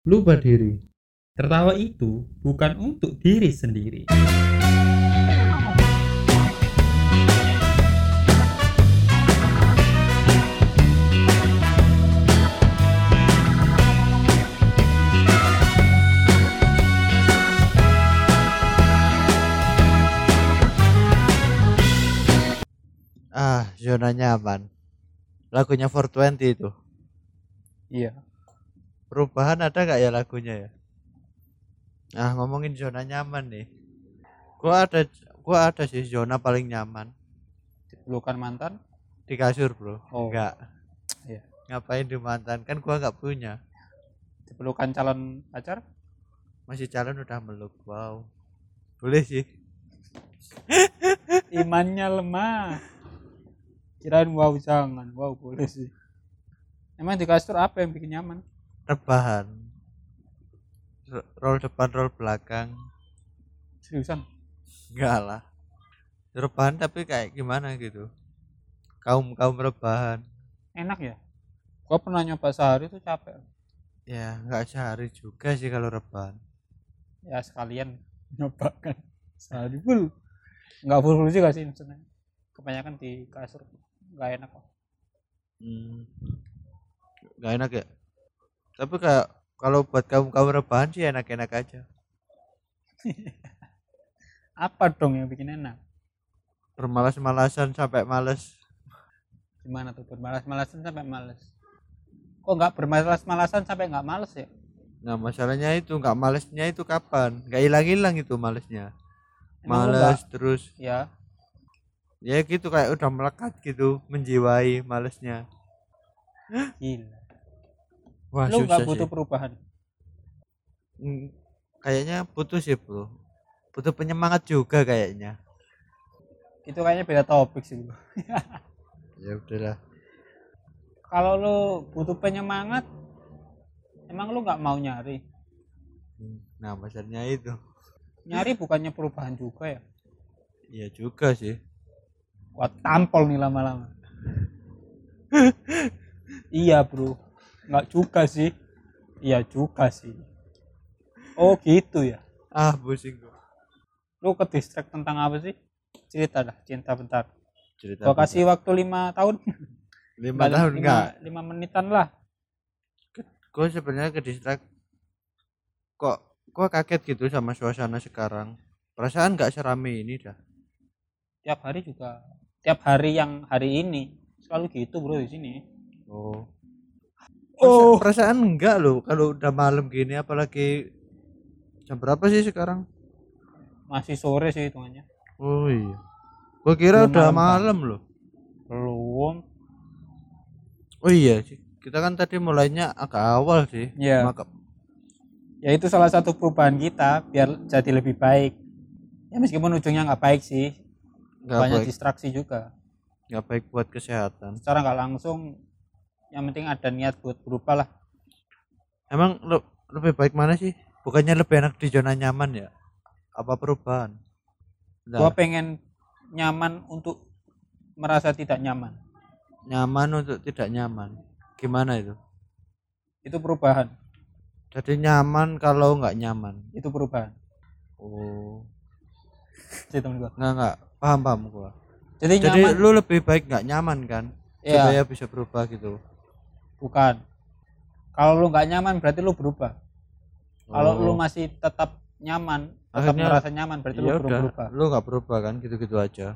Lupa diri. Tertawa itu bukan untuk diri sendiri. Zona nyaman. Lagunya 420 itu. Iya. Perubahan ada gak ya lagunya ya? Ngomongin zona nyaman nih. Gua ada sih zona paling nyaman. Pelukan mantan? Di kasur, Bro. Oh. Enggak. Iya. Ngapain di mantan? Kan gua gak punya. Pelukan calon pacar? Masih calon udah meluk. Wow. Boleh sih. Imannya lemah. Kirain wow jangan. Wow boleh sih. Emang di kasur apa yang bikin nyaman? Rebahan. Roll depan, roll belakang. Seriusan? Enggak lah. Rebahan tapi kayak gimana gitu. Kaum rebahan. Enak ya? Gua pernah nyoba sehari tuh capek. Ya nggak sehari juga sih kalau rebahan. Ya sekalian nyoba kan. Sehari full. Nggak full juga sih maksudnya. Kebanyakan di kasur nggak enak kok. Nggak enak ya. Tapi kayak kalau buat kaum rebahan sih enak-enak aja. Apa dong yang bikin enak? Bermalas-malasan sampai males. Gimana tuh bermalas-malasan sampai males? Kok nggak bermalas-malasan sampai nggak males ya? Nah masalahnya itu nggak malesnya itu kapan? Nggak hilang-hilang itu malesnya. Emang Males terus. Ya. Ya gitu kayak udah melekat gitu, menjiwai malesnya. Gila. Wah Lu susah nggak butuh sih. perubahan? Kayaknya putus ya bro. Butuh penyemangat juga kayaknya. Itu kayaknya beda topik sih. Ya udahlah. Kalau lu butuh penyemangat, emang lu nggak mau nyari? Nah masalahnya itu. Nyari bukannya perubahan juga ya? Iya juga sih. Wah tampol nih lama-lama. Iya bro, nggak juga sih. Iya juga sih. Oh gitu ya. Pusing gua. Lu ke distract tentang apa sih? Cerita dah, cinta bentar. Cerita Gua kasih waktu 5 tahun. 5 tahun enggak? 5 menitan lah. Gue sebenarnya ke distract. Kok gue kaget gitu sama suasana sekarang. Perasaan nggak serame ini dah. Tiap hari juga. Tiap hari yang hari ini selalu gitu bro di sini. Perasaan enggak loh kalau udah malam gini, apalagi jam berapa sih sekarang? Masih sore sih hitungannya. Oh iya. Gua kira Belum udah malam, malam loh. Belum. Oh iya sih. Kita kan tadi mulainya agak awal sih. Iya. Ya itu salah satu perubahan kita biar jadi lebih baik. Ya meskipun ujungnya nggak baik sih. Banyak distraksi juga. Nggak baik buat kesehatan. Secara nggak langsung, yang penting ada niat buat berubah lah. Emang lebih baik mana sih? Bukannya lebih enak di zona nyaman ya? Apa perubahan? Gua pengen nyaman untuk merasa tidak nyaman. Nyaman untuk tidak nyaman. Gimana itu? Itu perubahan. Jadi nyaman kalau nggak nyaman. Itu perubahan. Oh. Jadi temen gua. Nggak. Paham gua. Jadi nyaman, lu lebih baik nggak nyaman kan? Iya. Supaya bisa berubah gitu. Bukan. Kalau lu nggak nyaman berarti lu berubah. Kalau lu masih tetap nyaman, tetap merasa nyaman berarti lu belum berubah. Lu nggak berubah kan, gitu-gitu aja.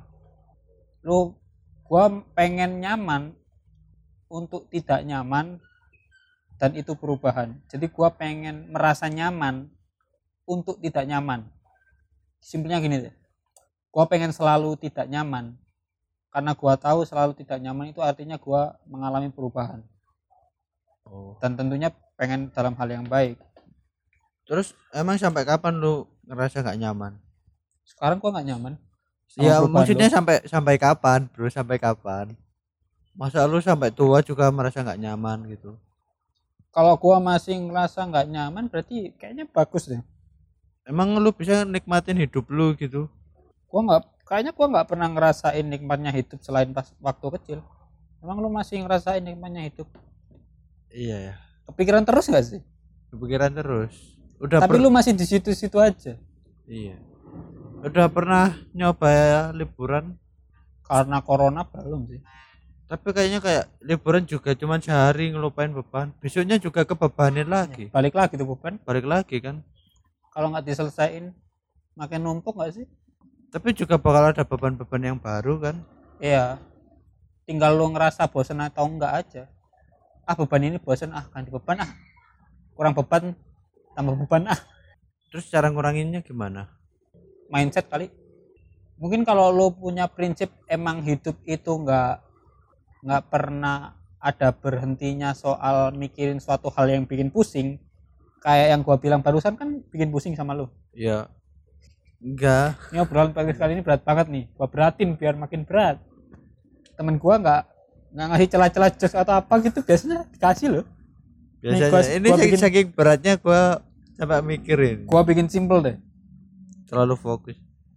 Gua pengen nyaman untuk tidak nyaman dan itu perubahan. Jadi gua pengen merasa nyaman untuk tidak nyaman. Simpelnya gini deh. Gua pengen selalu tidak nyaman. Karena gua tahu selalu tidak nyaman itu artinya gua mengalami perubahan. Dan tentunya pengen dalam hal yang baik. Terus emang sampai kapan lu ngerasa nggak nyaman? Sekarang gua nggak nyaman. Ya maksudnya sampai kapan bro? Sampai kapan? Masa lu sampai tua juga merasa nggak nyaman gitu? Kalau gua masih ngerasa nggak nyaman berarti kayaknya bagus deh. Emang lu bisa nikmatin hidup lu gitu? Kayaknya gua nggak pernah ngerasain nikmatnya hidup selain pas waktu kecil. Emang lu masih ngerasain nikmatnya hidup? Iya ya. Kepikiran terus nggak sih? kepikiran terus. Udah Tapi lu masih di situ-situ aja. Iya. Udah pernah nyoba liburan, Karena corona belum sih. tapi kayaknya kayak liburan juga cuman sehari ngelupain beban. Besoknya juga kebebanin lagi. Balik lagi tuh beban. Balik lagi kan. Kalau nggak diselesain makin numpuk nggak sih? Tapi juga bakal ada beban-beban yang baru kan. Iya. Tinggal lu ngerasa bosan atau enggak aja. Ah beban ini bosan, ganti beban ah. Kurang beban tambah beban ah. Terus cara nguranginnya gimana? Mindset kali. Mungkin kalau lu punya prinsip emang hidup itu nggak pernah ada berhentinya soal mikirin suatu hal yang bikin pusing, kayak yang gua bilang barusan kan bikin pusing sama lu. Ya enggak. Ini obrolan podcast kali ini berat banget nih, gua beratin biar makin berat. Temen gua nggak ngasih celah-celah jos atau apa gitu, biasanya dikasih loh. Biasanya ini saking beratnya gua sampai mikirin. Gua bikin simple deh. Terlalu fokus.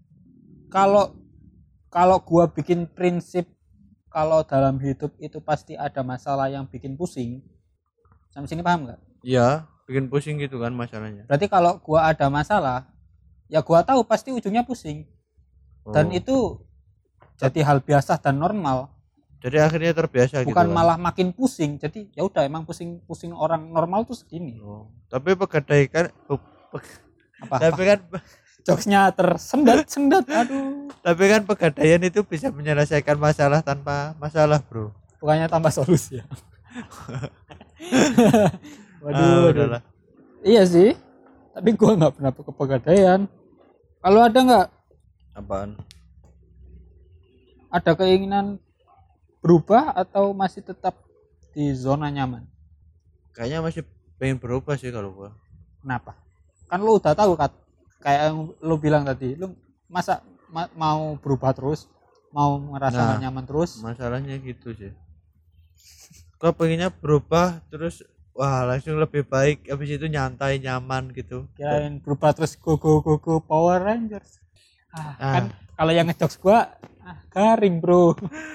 Kalau gua bikin prinsip kalau dalam hidup itu pasti ada masalah yang bikin pusing. Sampai sini paham nggak? Iya, bikin pusing gitu kan masalahnya. Berarti kalau gua ada masalah, ya gua tahu pasti ujungnya pusing. Dan itu jadi hal biasa dan normal. Jadi akhirnya terbiasa gitu. Bukan malah makin pusing. Jadi ya udah emang pusing orang normal tuh segini. Tapi pegadaian tapi kan jokesnya tersendat. Aduh. Tapi kan pegadaian itu bisa menyelesaikan masalah tanpa masalah, bro. Bukannya tambah solusi ya. Waduh. Iya sih. Tapi gua nggak pernah ke pegadaian. Kalau ada nggak? Apaan? Ada keinginan berubah atau masih tetap di zona nyaman? Kayaknya masih pengen berubah sih kalau gua. Kenapa? Kan lu udah tahu kan, kayak yang lu bilang tadi, lu masa mau berubah terus, mau ngerasa gak nyaman terus? Masalahnya gitu sih. Gua pengennya berubah terus, wah langsung lebih baik, habis itu nyantai nyaman gitu. Kirain berubah terus go Power Rangers. Kan kalau yang ngejokes gua garing bro.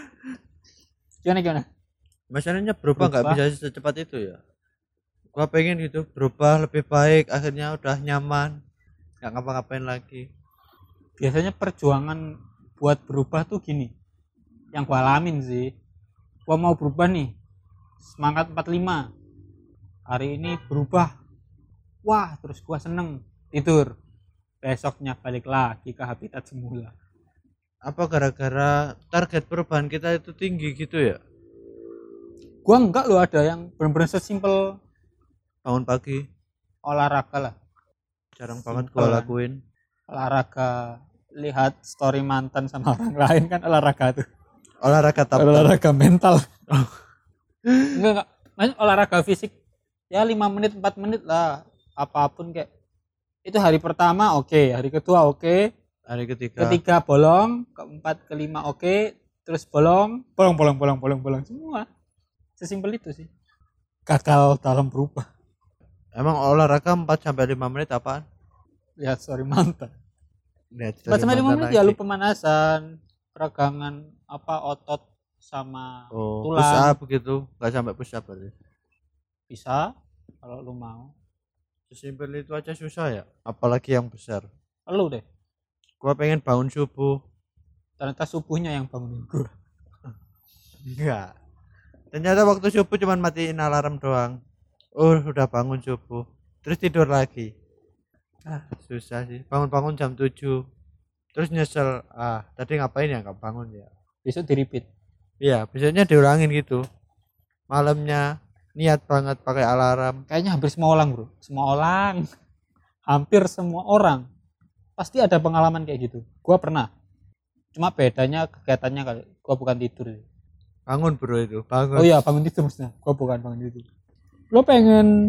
Gimana? Masalahnya berubah nggak bisa secepat itu ya. Gua pengen gitu berubah lebih baik, akhirnya udah nyaman, nggak ngapa-ngapain lagi. Biasanya perjuangan buat berubah tuh gini, yang gua alamin sih. Gua mau berubah nih, semangat 45, hari ini berubah, wah terus gua seneng, tidur, besoknya balik lagi ke habitat semula. Apa gara-gara target perubahan kita itu tinggi gitu ya? Gua enggak loh, ada yang bener-bener sesimpel bangun pagi, olahraga lah. Jarang banget gua lakuin. Olahraga, lihat story mantan sama orang lain kan olahraga tuh. Olahraga mental. Enggak. Olahraga fisik ya 5 menit 4 menit lah, apapun kayak. Itu hari pertama oke, hari kedua oke, hari ketiga bolong, keempat kelima oke, terus bolong semua. Sesimpel itu sih. Gagal dalam berubah. Emang olahraga 4 sampai 5 menit apaan? Lihat story mantan. 4 sampai 5 menit ya lu pemanasan, peregangan apa otot sama tulang. Push up gitu, enggak sampai push up berarti. Bisa kalau lu mau. Sesimpel itu aja susah ya, apalagi yang besar. Lu deh. Gua pengen bangun subuh. Ternyata subuhnya yang bangunin gua. Enggak. Ternyata waktu subuh cuman matiin alarm doang. Udah bangun subuh. Terus tidur lagi. Susah sih. Bangun-bangun jam 7. Terus nyesel. Tadi ngapain ya enggak bangun ya. Besok di repeat. Iya, besoknya diulangin gitu. Malamnya niat banget pakai alarm. Kayaknya hampir semua orang, bro. Hampir semua orang pasti ada pengalaman kayak gitu. Gua pernah. Cuma bedanya kegiatannya kali. Gua bukan tidur. Bangun bro itu, bangun. Oh iya, bangun tidur maksudnya. Gua bukan bangun tidur. Lo pengen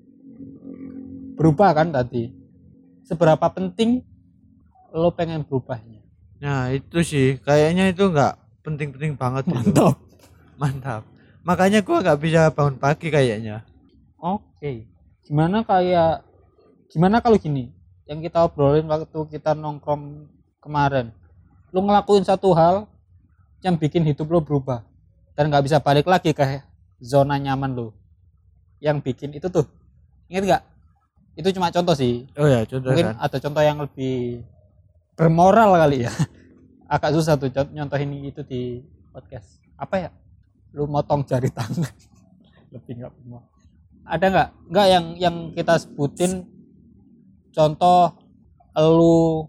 berubah kan tadi? Seberapa penting lo pengen berubahnya? Nah itu sih, kayaknya itu nggak penting-penting banget. Mantap. Makanya gua nggak bisa bangun pagi kayaknya. Oke. Gimana kalau gini? Yang kita obrolin waktu kita nongkrong kemarin. Lo ngelakuin satu hal yang bikin hidup lo berubah dan nggak bisa balik lagi ke zona nyaman lo. Yang bikin itu tuh, inget nggak? Itu cuma contoh sih. Oh ya, contoh Mungkin kan. ada contoh yang lebih bermoral kali ya. Agak susah tuh nyontohin itu di podcast. Apa ya? Lu motong jari tangan. Lebih nggak bermoral. Ada nggak yang kita sebutin contoh lu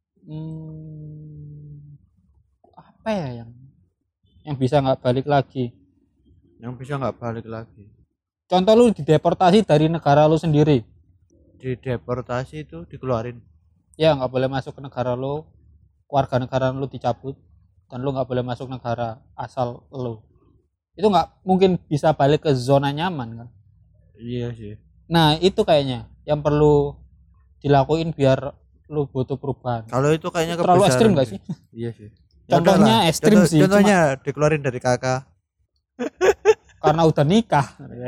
apa ya yang bisa nggak balik lagi? Yang bisa nggak balik lagi. Contoh lu dideportasi dari negara lu sendiri. Dideportasi itu dikeluarin. Ya nggak boleh masuk ke negara lu, warga negara lu dicabut, dan lu nggak boleh masuk negara asal lu. Itu nggak mungkin bisa balik ke zona nyaman kan? Iya sih. Nah itu kayaknya yang perlu dilakuin biar lu butuh perubahan. Kalau itu kayaknya Terlalu kebesaran ekstrim gak sih? Iya sih. Contohnya ekstrim sih. Contohnya dikeluarin dari kakak. Karena udah nikah.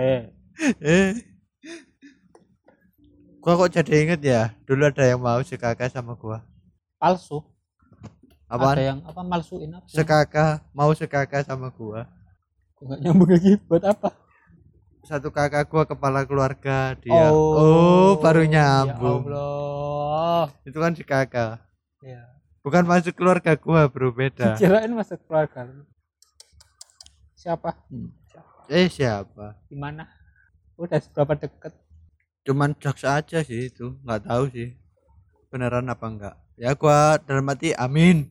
Gua kok jadi inget ya, dulu ada yang mau sekaka sama gua. Palsu. Apaan? Ada yang apa malsuin apa? Mau sekaka sama gua. Gak nyambung lagi buat apa? Satu kakak gua kepala keluarga dia. Oh, baru nyambung. Ya Allah. Itu kan sekaka. Ya. Bukan masuk keluarga gua, bro, beda. Kirain masuk keluarga. Siapa? Siapa? Gimana? Udah seberapa deket? Cuman jokes aja sih itu, nggak tahu sih beneran apa enggak. Ya gua dalam hati amin.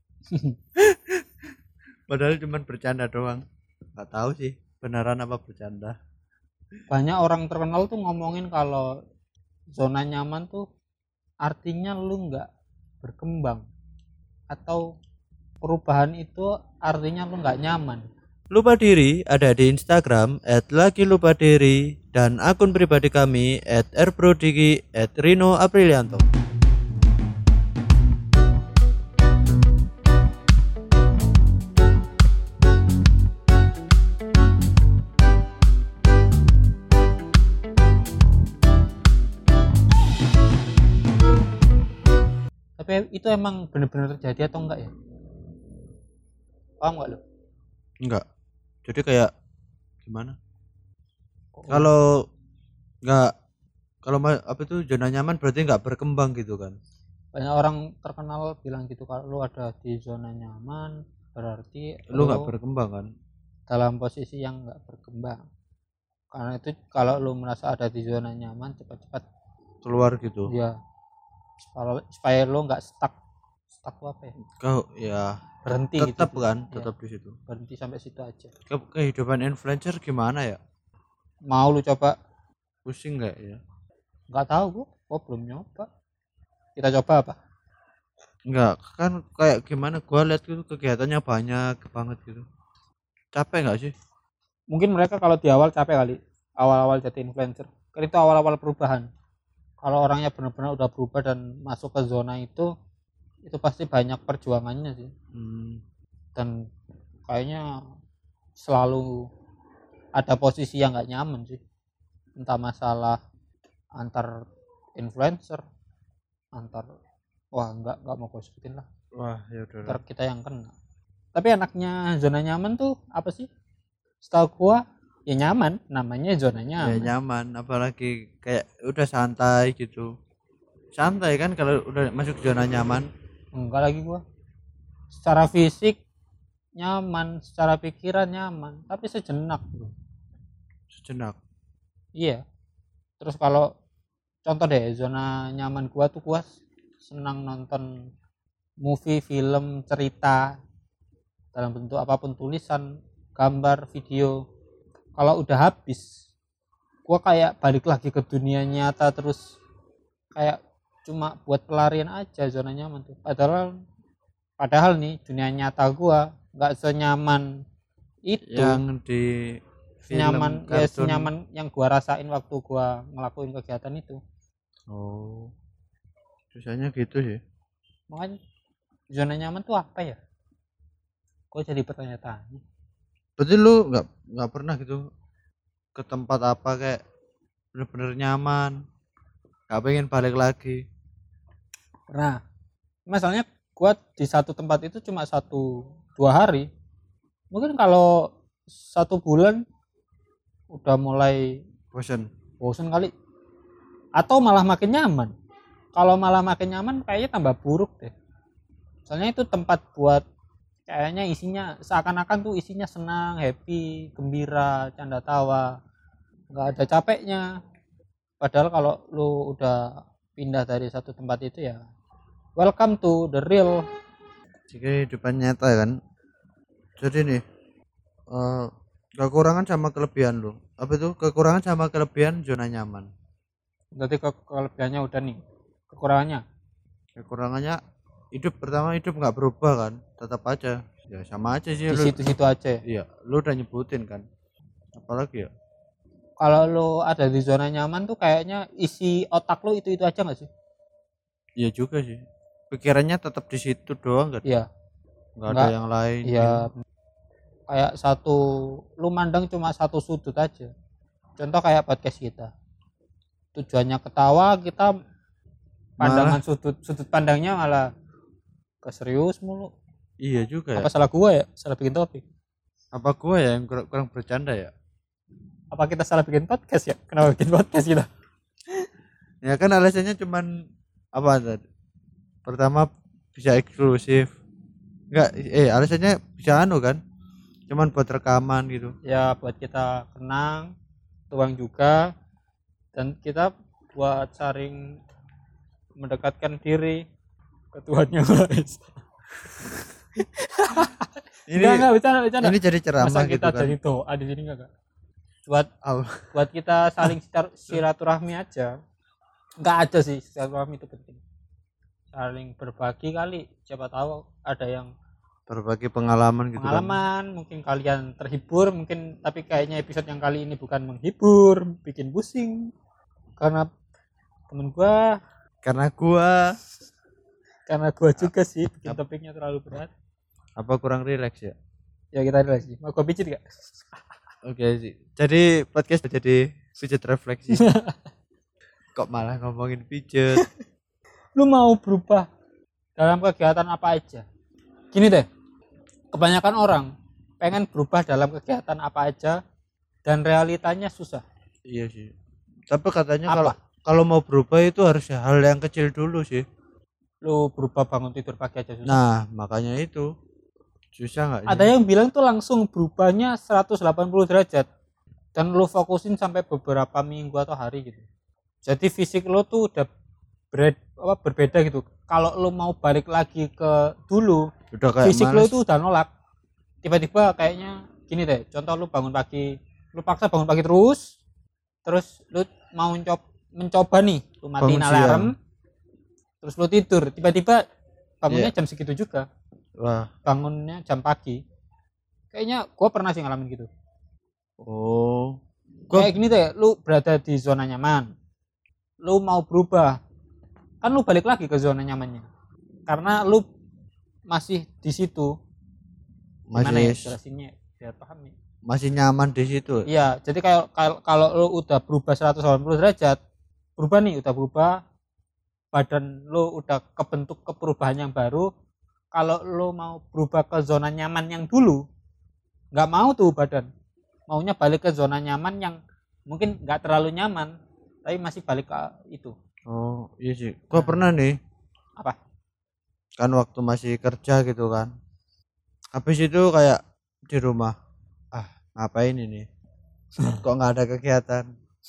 Padahal cuman bercanda doang. Nggak tahu sih beneran apa bercanda. Banyak orang terkenal tuh ngomongin kalau zona nyaman tuh artinya lu nggak berkembang, atau perubahan itu artinya lu nggak nyaman. Lupa Diri ada di Instagram @lagi_lupa_diri dan akun pribadi kami @rprodigi @rino_aprilianto. Tapi itu emang benar-benar terjadi atau enggak ya? Paham nggak lo? Enggak. Jadi kayak gimana? Kalau enggak, kalau apa itu zona nyaman berarti enggak berkembang gitu kan? Banyak orang terkenal bilang gitu, kalau lu ada di zona nyaman berarti Lu enggak berkembang kan? dalam posisi yang enggak berkembang. Karena itu kalau lu merasa ada di zona nyaman, cepat-cepat Keluar gitu. ya, supaya lu enggak stuck apa ya? Kau ya Berhenti tetap gitu. kan, Ya, tetap di situ. berhenti sampai situ aja. Kehidupan influencer gimana ya? Mau lu coba? Pusing enggak ya? Enggak tahu gua belum nyoba. Kita coba apa? Enggak, kan kayak gimana gua lihat itu kegiatannya banyak banget gitu. Capek enggak sih? Mungkin mereka kalau di awal capek kali, awal-awal jadi influencer. Kan itu awal-awal perubahan. Kalau orangnya benar-benar udah berubah dan masuk ke zona itu pasti banyak perjuangannya sih. Dan kayaknya selalu ada posisi yang nggak nyaman sih. Entah masalah antar influencer, nggak mau gue sebutin lah. Wah, ya udah. Ntar kita yang kena. Tapi enaknya zona nyaman tuh apa sih? Setahu gua ya nyaman, namanya zona nyaman. Ya nyaman, apalagi kayak udah santai gitu. Santai kan kalau udah masuk zona nyaman. Enggak lagi gua. Secara fisik nyaman, secara pikiran nyaman, tapi sejenak bro. Sejenak. Iya. Terus kalau contoh deh, zona nyaman gua tuh gua senang nonton movie, film, cerita dalam bentuk apapun, tulisan, gambar, video. Kalau udah habis, gua kayak balik lagi ke dunia nyata, terus kayak cuma buat pelarian aja zona nyaman tuh. Padahal nih dunia nyata gua nggak senyaman itu, yang di film senyaman yang gua rasain waktu gua ngelakuin kegiatan itu. Oh, susahnya gitu sih. Makanya zona nyaman tuh apa ya? Kok jadi pertanyaan? Berarti lu nggak pernah gitu ke tempat apa kayak bener-bener nyaman, nggak pengen balik lagi? Pernah. Masalahnya gua di satu tempat itu cuma 1-2 hari. Mungkin kalau 1 bulan udah mulai Bosen. bosen kali. atau malah makin nyaman. Kalau malah makin nyaman kayaknya tambah buruk deh. Soalnya itu tempat buat kayaknya isinya seakan-akan tuh isinya senang, happy, gembira, canda tawa, nggak ada capeknya. Padahal kalau lu udah pindah dari satu tempat itu ya welcome to the real. Jika kehidupan nyata kan. Jadi nih kekurangan sama kelebihan lu. Apa itu? Kekurangan sama kelebihan zona nyaman. Berarti kelebihannya udah nih. Kekurangannya hidup nggak berubah kan, tetap aja ya sama aja sih di situ-situ aja. Iya, lu udah nyebutin kan. Apalagi ya? Kalau lu ada di zona nyaman tuh kayaknya isi otak lu itu aja nggak sih? Iya juga sih. Pikirannya tetap di situ doang kan? Iya. Nggak ada yang lain. Iya. Gitu. Kayak lu mandang cuma satu sudut aja. Contoh kayak podcast kita. Tujuannya ketawa, kita pandangan sudut pandangnya malah keserius mulu. Iya juga. Apa salah gua ya? Salah bikin topik. Apa gua ya yang kurang bercanda ya? Apa kita salah bikin podcast ya? Kenapa bikin podcast kita? Ya kan alasannya cuman apa tadi? Pertama bisa eksklusif. Enggak, alasannya bisa kan? Cuman buat rekaman gitu. Ya buat kita kenang, tuang juga, dan kita buat saring mendekatkan diri ke Tuhan Yang Maha Esa. Enggak bercanda. Ini jadi ceramah masa gitu kita kan. jadi doa di sini enggak? Buat kita saling silaturahmi aja. Enggak ada sih, silaturahmi itu penting. Saling berbagi kali, siapa tahu ada yang berbagi pengalaman gitu kan. Mungkin kalian terhibur, mungkin, tapi kayaknya episode yang kali ini bukan menghibur, bikin pusing. Karena temen gua juga sih bikin topiknya terlalu berat. Apa kurang rileks ya? Ya kita rileks sih. Mau gua pijit gak? Oke sih. Jadi podcast jadi pijit refleksi. Kok malah ngomongin pijit? Lu mau berubah dalam kegiatan apa aja? Gini deh. Kebanyakan orang pengen berubah dalam kegiatan apa aja dan realitanya susah. Iya sih. Tapi katanya kalau mau berubah itu harus hal yang kecil dulu sih. Lu berubah bangun tidur pagi aja susah. Nah, makanya itu susah nggak? Ada yang bilang tuh langsung berubahnya 180 derajat dan lu fokusin sampai beberapa minggu atau hari gitu. Jadi fisik lu tuh udah berbeda gitu. Kalau lu mau balik lagi ke dulu, udah kayak fisik lu tuh udah nolak. Tiba-tiba kayaknya gini deh. Contoh lu bangun pagi, lu paksa bangun pagi terus lu mau mencoba nih, lu matiin alarm. Terus lu tidur, tiba-tiba bangunnya jam segitu juga. Wah. Bangunnya jam pagi. Kayaknya gua pernah sih ngalamin gitu. Oh. Kayak gini deh, lu berada di zona nyaman. Lu mau berubah. Kan lu balik lagi ke zona nyamannya. Karena lu masih di situ. Gimana ya jelasinnya biar paham nih. Masih nyaman di situ. Iya, jadi kalau lu udah berubah 180 derajat, udah berubah. Badan lo udah kebentuk ke perubahan yang baru. Kalau lo mau berubah ke zona nyaman yang dulu, nggak mau tuh badan, maunya balik ke zona nyaman yang mungkin nggak terlalu nyaman tapi masih balik ke itu. Oh iya sih, gua pernah nih. Apa? Kan waktu masih kerja gitu kan, habis itu kayak di rumah, ngapain ini, kok nggak ada kegiatan.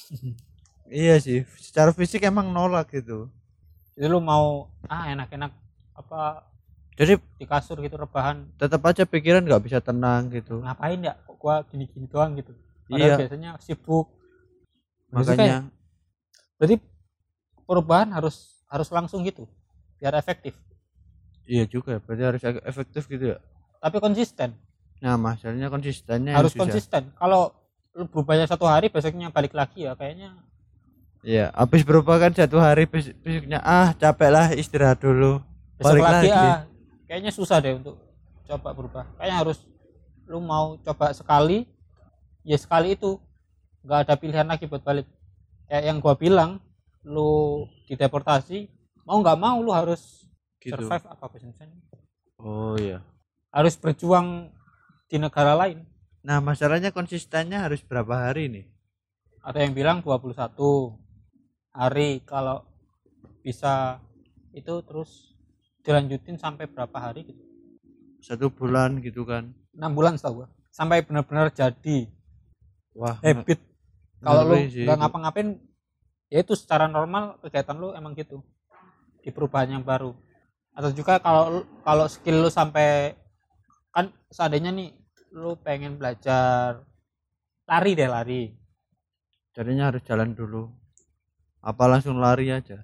Iya sih, secara fisik emang nolak gitu. Jadi lu mau enak-enak apa, jadi di kasur gitu rebahan, tetap aja pikiran nggak bisa tenang gitu. Ngapain ya kok gua gini-gini doang gitu. Iya. Padahal biasanya sibuk. Makanya berarti perubahan harus langsung gitu biar efektif. Iya juga, berarti harus efektif gitu ya. Tapi konsisten. Nah masalahnya konsistennya harus konsisten. Kalau lu berubahnya 1 hari besoknya balik lagi ya kayaknya. Iya, habis berubah kan 1 hari besoknya capek lah, istirahat dulu. Besok lagi kayaknya susah deh untuk coba berubah. Kayaknya harus lu mau coba sekali, ya sekali itu nggak ada pilihan lagi buat balik. Kayak yang gua bilang, lu dideportasi, mau nggak mau lu harus gitu. Survive apa bahasanya? Oh iya. Harus berjuang di negara lain. Nah masalahnya konsistennya harus berapa hari nih? Ada yang bilang 21. hari, kalau bisa itu terus dilanjutin sampai berapa hari gitu. 1 bulan gitu kan. 6 bulan setahu gua. Sampai benar-benar jadi Wah, habit. Kalau lu ngeri sih nggak itu. ngapa-ngapain, ya itu secara normal kegiatan lu emang gitu di perubahan yang baru. Atau juga kalau skill lu sampai, kan seandainya nih lu pengen belajar lari, Jadinya harus jalan dulu. Apa langsung lari aja?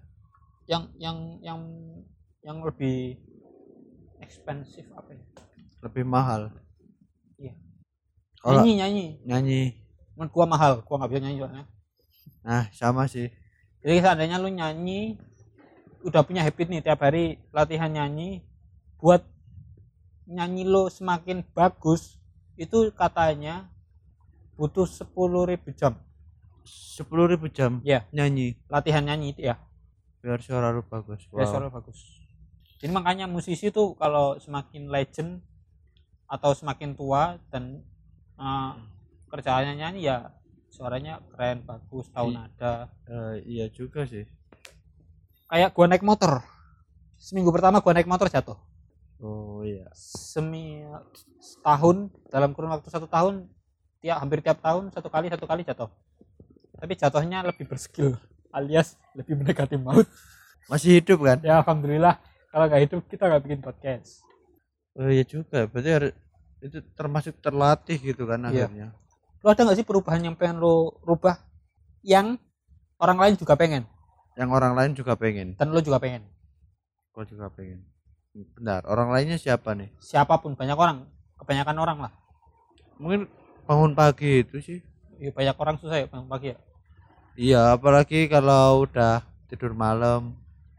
yang lebih ekspensif apa ya? Lebih mahal. Iya. Kalau Nyanyi. nyanyi. Menurut gua mahal, gua nggak bisa nyanyi soalnya. Nah, sama sih. Jadi seandainya lu nyanyi, udah punya habit nih tiap hari latihan nyanyi, buat nyanyi lo semakin bagus, itu katanya butuh 10.000 jam 10.000 jam ya nyanyi latihan nyanyi itu ya, biar suara lu bagus. biar Wow. suara bagus. Jadi makanya musisi tuh kalau semakin legend atau semakin tua dan kerjaannya nyanyi, ya suaranya keren, bagus, tahu nada. Iya juga sih. Kayak gua naik motor, seminggu pertama gua naik motor jatuh. Oh iya. Setahun, dalam kurun waktu 1 tahun, hampir tiap tahun satu kali jatuh. Tapi jatuhnya lebih berskill, alias lebih mendekati maut. Masih hidup kan? Ya alhamdulillah, kalau nggak hidup kita nggak bikin podcast. Oh iya juga, berarti itu termasuk terlatih gitu kan Iya. akhirnya. Lo ada nggak sih perubahan yang pengen lo rubah, yang orang lain juga pengen Yang orang lain juga pengen. dan lo juga pengen? Gua juga pengen. Benar, orang lainnya siapa nih? Siapapun, kebanyakan orang lah. Mungkin bangun pagi itu sih. Ya, banyak orang susah ya bangun pagi ya. Iya, apalagi kalau udah tidur malam,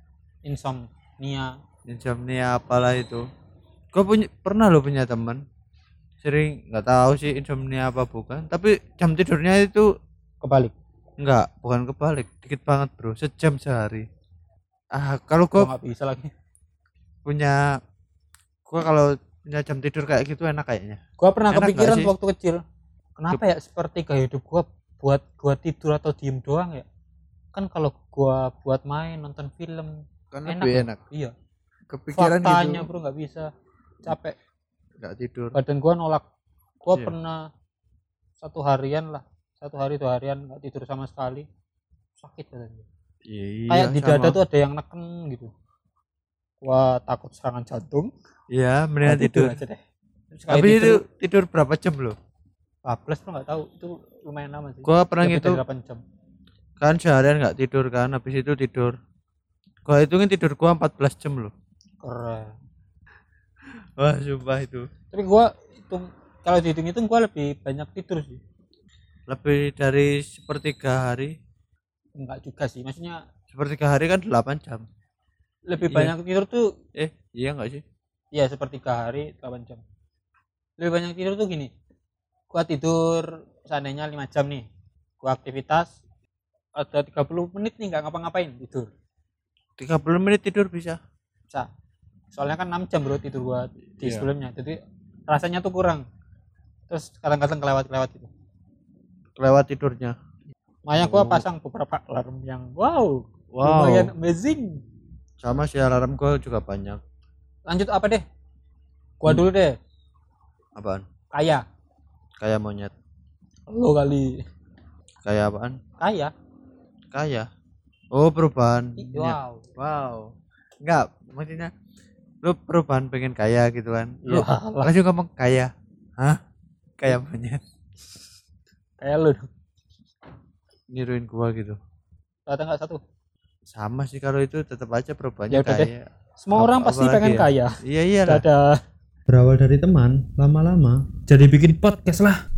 insomnia apalah itu. Gua pernah lo punya teman sering, nggak tahu sih insomnia apa bukan, tapi jam tidurnya itu Kebalik. bukan kebalik, dikit banget bro, sejam sehari. Kalau Gua gua nggak bisa lagi. kalau punya jam tidur kayak gitu enak kayaknya. Gua pernah Enak kepikiran nggak sih? waktu kecil, kenapa ya sepertiga hidup gua buat gua tidur atau diem doang ya? Kan kalau gua buat main, nonton film, Kan enak lebih loh. enak. Iya. Kepikiran Faktanya gitu, bro nggak bisa, capek, nggak tidur. badan gua nolak. Gua Iya. pernah 1 harian lah, 2 harian nggak tidur sama sekali, sakit badannya. Iya, Kayak di dada sama. tuh ada yang neken gitu. Gua takut serangan jantung. Iya, Gua mendingan tidur. aja deh. Sekali Tapi itu tidur berapa jam loh? 14 tuh nggak tahu, itu lumayan lama sih. Gua pernah Lebih gitu, dari 8 jam. kan seharian nggak tidur kan, habis itu tidur. Gua hitungin tidur gua 14 jam loh. Keren. Wah, sumpah itu. Tapi gua kalau dihitung-hitung gua lebih banyak tidur sih. Lebih dari sepertiga hari. Enggak juga sih, maksudnya Sepertiga hari kan 8 jam. lebih Iya. banyak tidur tuh, Iya nggak sih? ya sepertiga hari 8 jam. Lebih banyak tidur tuh gini, gua tidur seandainya 5 jam nih, gua aktivitas ada 30 menit nih nggak ngapa-ngapain, tidur 30 menit tidur bisa. bisa. Soalnya kan 6 jam bro tidur gua di Iya. sebelumnya, jadi rasanya tuh kurang, terus kadang-kadang kelewat gitu. Kelewat tidurnya. Makanya gua Oh. pasang beberapa alarm yang lumayan amazing. Sama sih, alarm gua juga banyak. Lanjut apa deh, gua dulu deh. Apaan? Kaya Kayak monyet. lo kali. Kayak apaan? Kaya. Oh, perubahan. Wow. Enggak, maksudnya lu perubahan pengen kaya gitu kan. Lu Ya lah, langsung ngomong kaya. Hah? Kayak monyet. kayak lo dong. Niruin gua gitu. Ada nggak satu? Sama sih, kalau itu tetap aja perubahannya Ya udah deh. kaya. Semua orang pasti Apalagi pengen ya? kaya. Iya lah. Dadah. Berawal dari teman, lama-lama Jadi bikin podcast lah.